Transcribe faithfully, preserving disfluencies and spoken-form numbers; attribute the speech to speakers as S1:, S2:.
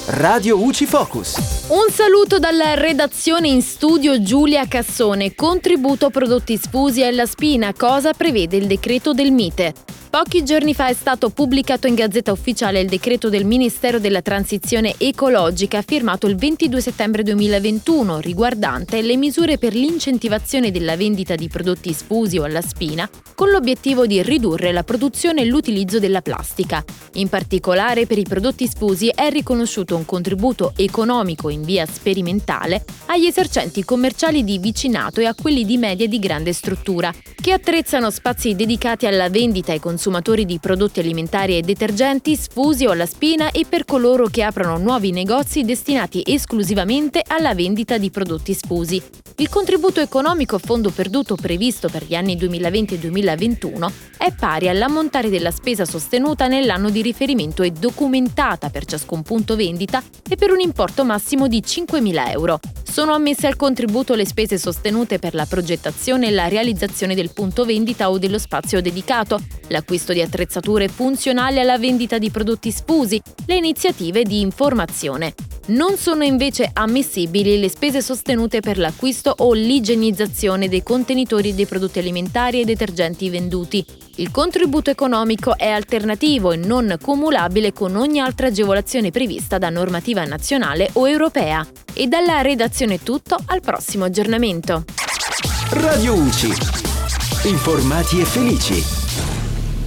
S1: Radio U C I Focus.
S2: Un saluto dalla redazione, in studio Giulia Cassone. Contributo prodotti sfusi alla spina, cosa prevede il decreto del Mite? Pochi giorni fa è stato pubblicato in Gazzetta Ufficiale il decreto del Ministero della Transizione Ecologica firmato il ventidue settembre duemilaventuno, riguardante le misure per l'incentivazione della vendita di prodotti sfusi o alla spina, con l'obiettivo di ridurre la produzione e l'utilizzo della plastica. In particolare, per i prodotti sfusi è riconosciuto un contributo economico in via sperimentale agli esercenti commerciali di vicinato e a quelli di media e di grande struttura, che attrezzano spazi dedicati alla vendita ai consumatori di prodotti alimentari e detergenti sfusi o alla spina e per coloro che aprono nuovi negozi destinati esclusivamente alla vendita di prodotti sfusi. Il contributo economico a fondo perduto previsto per gli anni duemilaventi e duemilaventuno è pari all'ammontare della spesa sostenuta nell'anno di riferimento e documentata per ciascun punto vendita e per un importo massimo di cinquemila euro. Sono ammesse al contributo le spese sostenute per la progettazione e la realizzazione del punto vendita o dello spazio dedicato, l'acquisto di attrezzature funzionali alla vendita di prodotti sfusi, le iniziative di informazione. Non sono invece ammissibili le spese sostenute per l'acquisto o l'igienizzazione dei contenitori dei prodotti alimentari e detergenti venduti. Il contributo economico è alternativo e non cumulabile con ogni altra agevolazione prevista da normativa nazionale o europea. E dalla redazione è tutto, al prossimo aggiornamento.
S1: Radio U C I. Informati e felici.